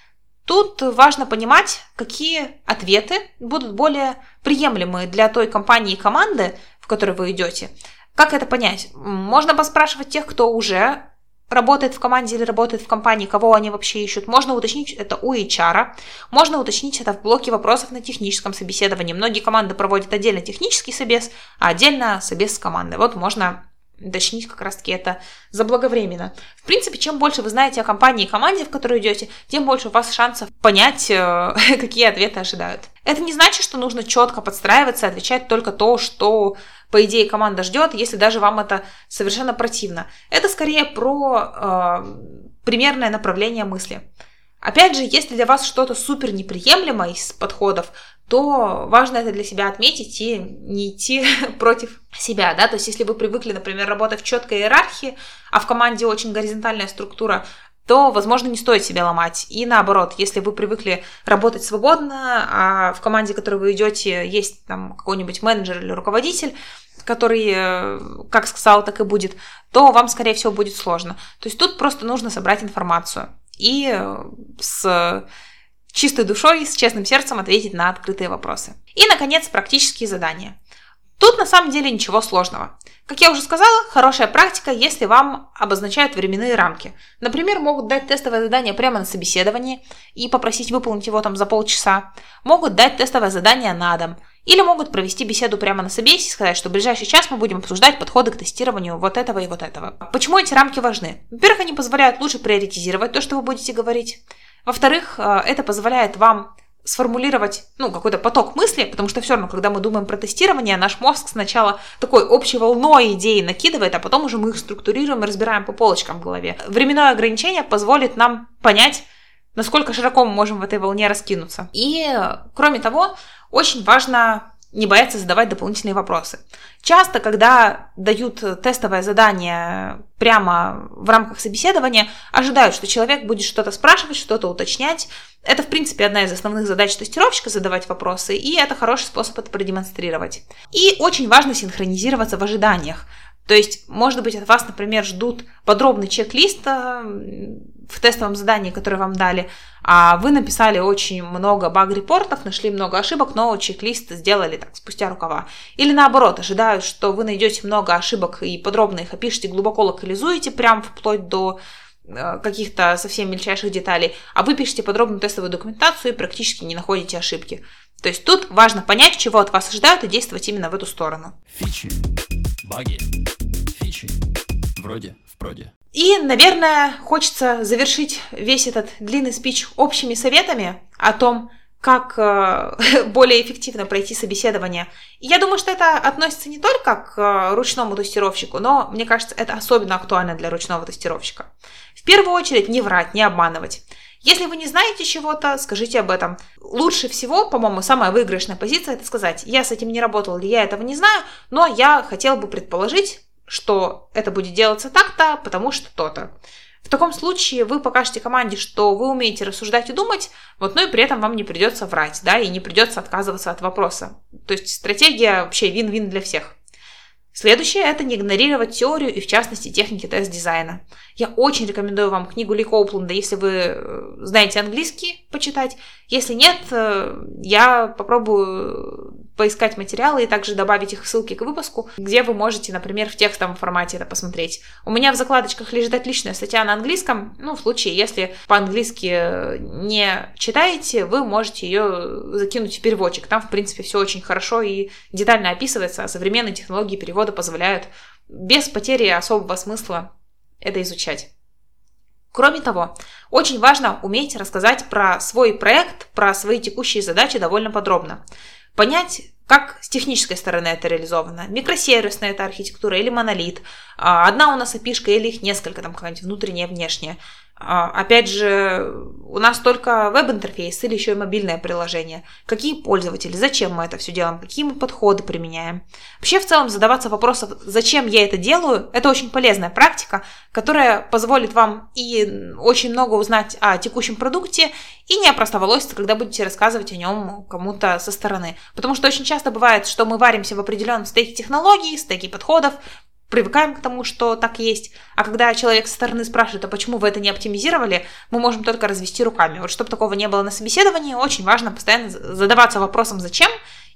Тут важно понимать, какие ответы будут более приемлемы для той компании и команды, в которой вы идете. Как это понять? Можно поспрашивать тех, кто уже работает в команде или работает в компании, кого они вообще ищут. Можно уточнить это у HR, можно уточнить это в блоке вопросов на техническом собеседовании. Многие команды проводят отдельно технический собес, а отдельно собес с командой. Вот можно уточнить как раз-таки это заблаговременно. В принципе, чем больше вы знаете о компании и команде, в которую идете, тем больше у вас шансов понять, какие ответы ожидают. Это не значит, что нужно четко подстраиваться, отвечать только то, что, по идее, команда ждет, если даже вам это совершенно противно. Это скорее про примерное направление мысли. Опять же, если для вас что-то супер неприемлемо из подходов, то важно это для себя отметить и не идти против себя, да, то есть если вы привыкли, например, работать в четкой иерархии, а в команде очень горизонтальная структура, то, возможно, не стоит себя ломать. И наоборот, если вы привыкли работать свободно, а в команде, в которой вы идете, есть там какой-нибудь менеджер или руководитель, который как сказал, так и будет, то вам, скорее всего, будет сложно. То есть тут просто нужно собрать информацию и с чистой душой, с честным сердцем ответить на открытые вопросы. И, наконец, практические задания. Тут на самом деле ничего сложного. Как я уже сказала, хорошая практика, если вам обозначают временные рамки. Например, могут дать тестовое задание прямо на собеседовании и попросить выполнить его там за полчаса. Могут дать тестовое задание на дом. Или могут провести беседу прямо на собесе и сказать, что в ближайший час мы будем обсуждать подходы к тестированию вот этого и вот этого. Почему эти рамки важны? Во-первых, они позволяют лучше приоритизировать то, что вы будете говорить. Во-вторых, это позволяет вам сформулировать, какой-то поток мысли, потому что все равно, когда мы думаем про тестирование, наш мозг сначала такой общей волной идей накидывает, а потом уже мы их структурируем и разбираем по полочкам в голове. Временное ограничение позволит нам понять, насколько широко мы можем в этой волне раскинуться. И, кроме того, очень важно не бояться задавать дополнительные вопросы. Часто, когда дают тестовое задание прямо в рамках собеседования, ожидают, что человек будет что-то спрашивать, что-то уточнять. Это, в принципе, одна из основных задач тестировщика — задавать вопросы, и это хороший способ это продемонстрировать. И очень важно синхронизироваться в ожиданиях. То есть, может быть, от вас, например, ждут подробный чек-лист в тестовом задании, которое вам дали, а вы написали очень много баг-репортов, нашли много ошибок, но чек-лист сделали так, спустя рукава. Или наоборот, ожидают, что вы найдете много ошибок и подробно их опишете, глубоко локализуете, прям вплоть до каких-то совсем мельчайших деталей, а вы пишете подробную тестовую документацию и практически не находите ошибки. То есть тут важно понять, чего от вас ожидают, и действовать именно в эту сторону. Фичи, баги, фичи, вроде в проде. И, наверное, хочется завершить весь этот длинный спич общими советами о том, как более эффективно пройти собеседование. И я думаю, что это относится не только к ручному тестировщику, но, мне кажется, это особенно актуально для ручного тестировщика. В первую очередь, не врать, не обманывать. Если вы не знаете чего-то, скажите об этом. Лучше всего, по-моему, самая выигрышная позиция — это сказать: я с этим не работал или я этого не знаю, но я хотел бы предположить, что это будет делаться так-то, потому что то-то. В таком случае вы покажете команде, что вы умеете рассуждать и думать, но и при этом вам не придется врать, и не придется отказываться от вопроса. То есть стратегия вообще вин-вин для всех. Следующее — это не игнорировать теорию и, в частности, техники тест-дизайна. Я очень рекомендую вам книгу Ли Коупленда, если вы знаете английский, почитать. Если нет, я попробую поискать материалы и также добавить их в ссылки к выпуску, где вы можете, например, в текстовом формате это посмотреть. У меня в закладочках лежит отличная статья на английском. В случае, если по-английски не читаете, вы можете ее закинуть в переводчик. Там, в принципе, все очень хорошо и детально описывается, а современные технологии перевода позволяют без потери особого смысла это изучать. Кроме того, очень важно уметь рассказать про свой проект, про свои текущие задачи довольно подробно. Понять, как с технической стороны это реализовано. Микросервисная это архитектура или монолит. Одна у нас API-шка или их несколько, там какая-нибудь внутренняя, внешняя. Опять же, у нас только веб-интерфейс или еще и мобильное приложение. Какие пользователи, зачем мы это все делаем, какие мы подходы применяем. Вообще, в целом, задаваться вопросом, зачем я это делаю, это очень полезная практика, которая позволит вам и очень много узнать о текущем продукте, и не опростоволоситься, когда будете рассказывать о нем кому-то со стороны. Потому что очень часто бывает, что мы варимся в определенном стеке технологий, стеке подходов, привыкаем к тому, что так есть. А когда человек со стороны спрашивает, а почему вы это не оптимизировали, мы можем только развести руками. Вот чтобы такого не было на собеседовании, очень важно постоянно задаваться вопросом «зачем?»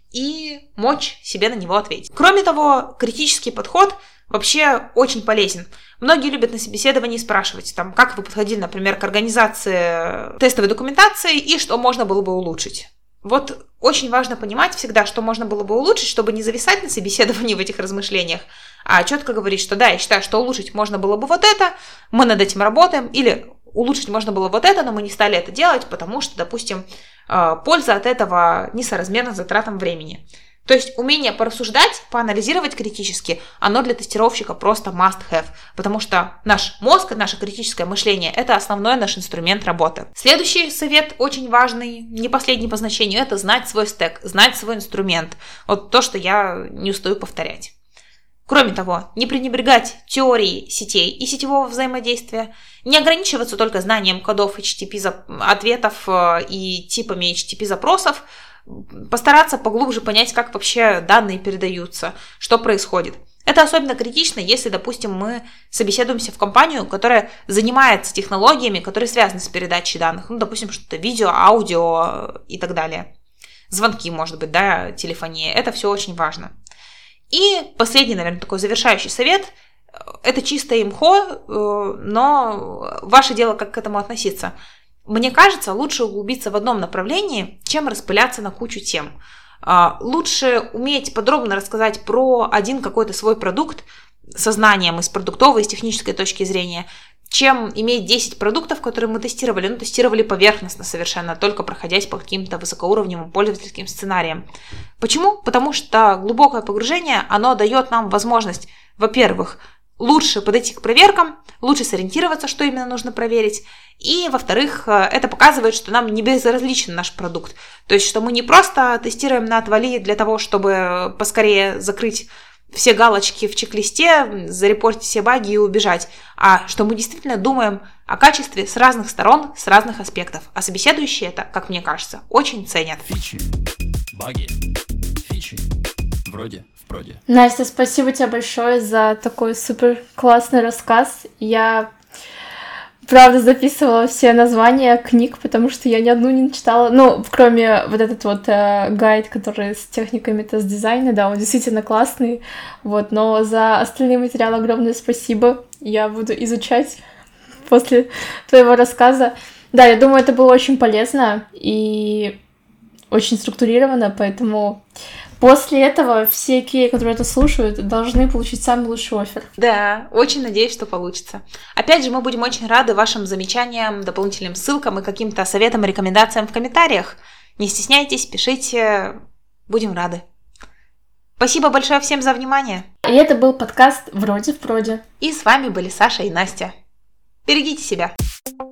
и мочь себе на него ответить. Кроме того, критический подход вообще очень полезен. Многие любят на собеседовании спрашивать, как вы подходили, например, к организации тестовой документации и что можно было бы улучшить. Вот очень важно понимать всегда, что можно было бы улучшить, чтобы не зависать на собеседовании в этих размышлениях, а четко говорить, что да, я считаю, что улучшить можно было бы вот это, мы над этим работаем, или улучшить можно было вот это, но мы не стали это делать, потому что, допустим, польза от этого несоразмерна затратам времени. То есть умение порассуждать, поанализировать критически, оно для тестировщика просто must-have, потому что наш мозг, наше критическое мышление – это основной наш инструмент работы. Следующий совет, очень важный, не последний по значению, это знать свой стэк, знать свой инструмент. Вот то, что я не устаю повторять. Кроме того, не пренебрегать теорией сетей и сетевого взаимодействия, не ограничиваться только знанием кодов HTTP-ответов и типами HTTP-запросов, постараться поглубже понять, как вообще данные передаются, что происходит. Это особенно критично, если, допустим, мы собеседуемся в компанию, которая занимается технологиями, которые связаны с передачей данных. Допустим, что-то видео, аудио и так далее. Звонки, может быть, да, телефония. Это все очень важно. И последний, наверное, такой завершающий совет. Это чисто имхо, но ваше дело, как к этому относиться. Мне кажется, лучше углубиться в одном направлении, чем распыляться на кучу тем. Лучше уметь подробно рассказать про один какой-то свой продукт со знанием из продуктовой, из технической точки зрения, чем иметь 10 продуктов, которые мы тестировали. Тестировали поверхностно совершенно, только проходясь по каким-то высокоуровневым пользовательским сценариям. Почему? Потому что глубокое погружение, оно дает нам возможность, во-первых, лучше подойти к проверкам, лучше сориентироваться, что именно нужно проверить. И, во-вторых, это показывает, что нам не безразличен наш продукт. То есть, что мы не просто тестируем на отвали для того, чтобы поскорее закрыть все галочки в чек-листе, зарепортить все баги и убежать, а что мы действительно думаем о качестве с разных сторон, с разных аспектов. А собеседующие это, как мне кажется, очень ценят. Фичи, баги, фичи, вроде в проде. Настя, спасибо тебе большое за такой супер классный рассказ. Я правда записывала все названия книг, потому что я ни одну не читала. Кроме вот этот вот гайд, который с техниками тест-дизайна, да, он действительно классный. Но за остальные материалы огромное спасибо. Я буду изучать после твоего рассказа. Да, я думаю, это было очень полезно и очень структурировано, поэтому после этого все QA, которые это слушают, должны получить самый лучший оффер. Да, очень надеюсь, что получится. Опять же, мы будем очень рады вашим замечаниям, дополнительным ссылкам и каким-то советам и рекомендациям в комментариях. Не стесняйтесь, пишите, будем рады. Спасибо большое всем за внимание. И это был подкаст «Вроде в проде». И с вами были Саша и Настя. Берегите себя.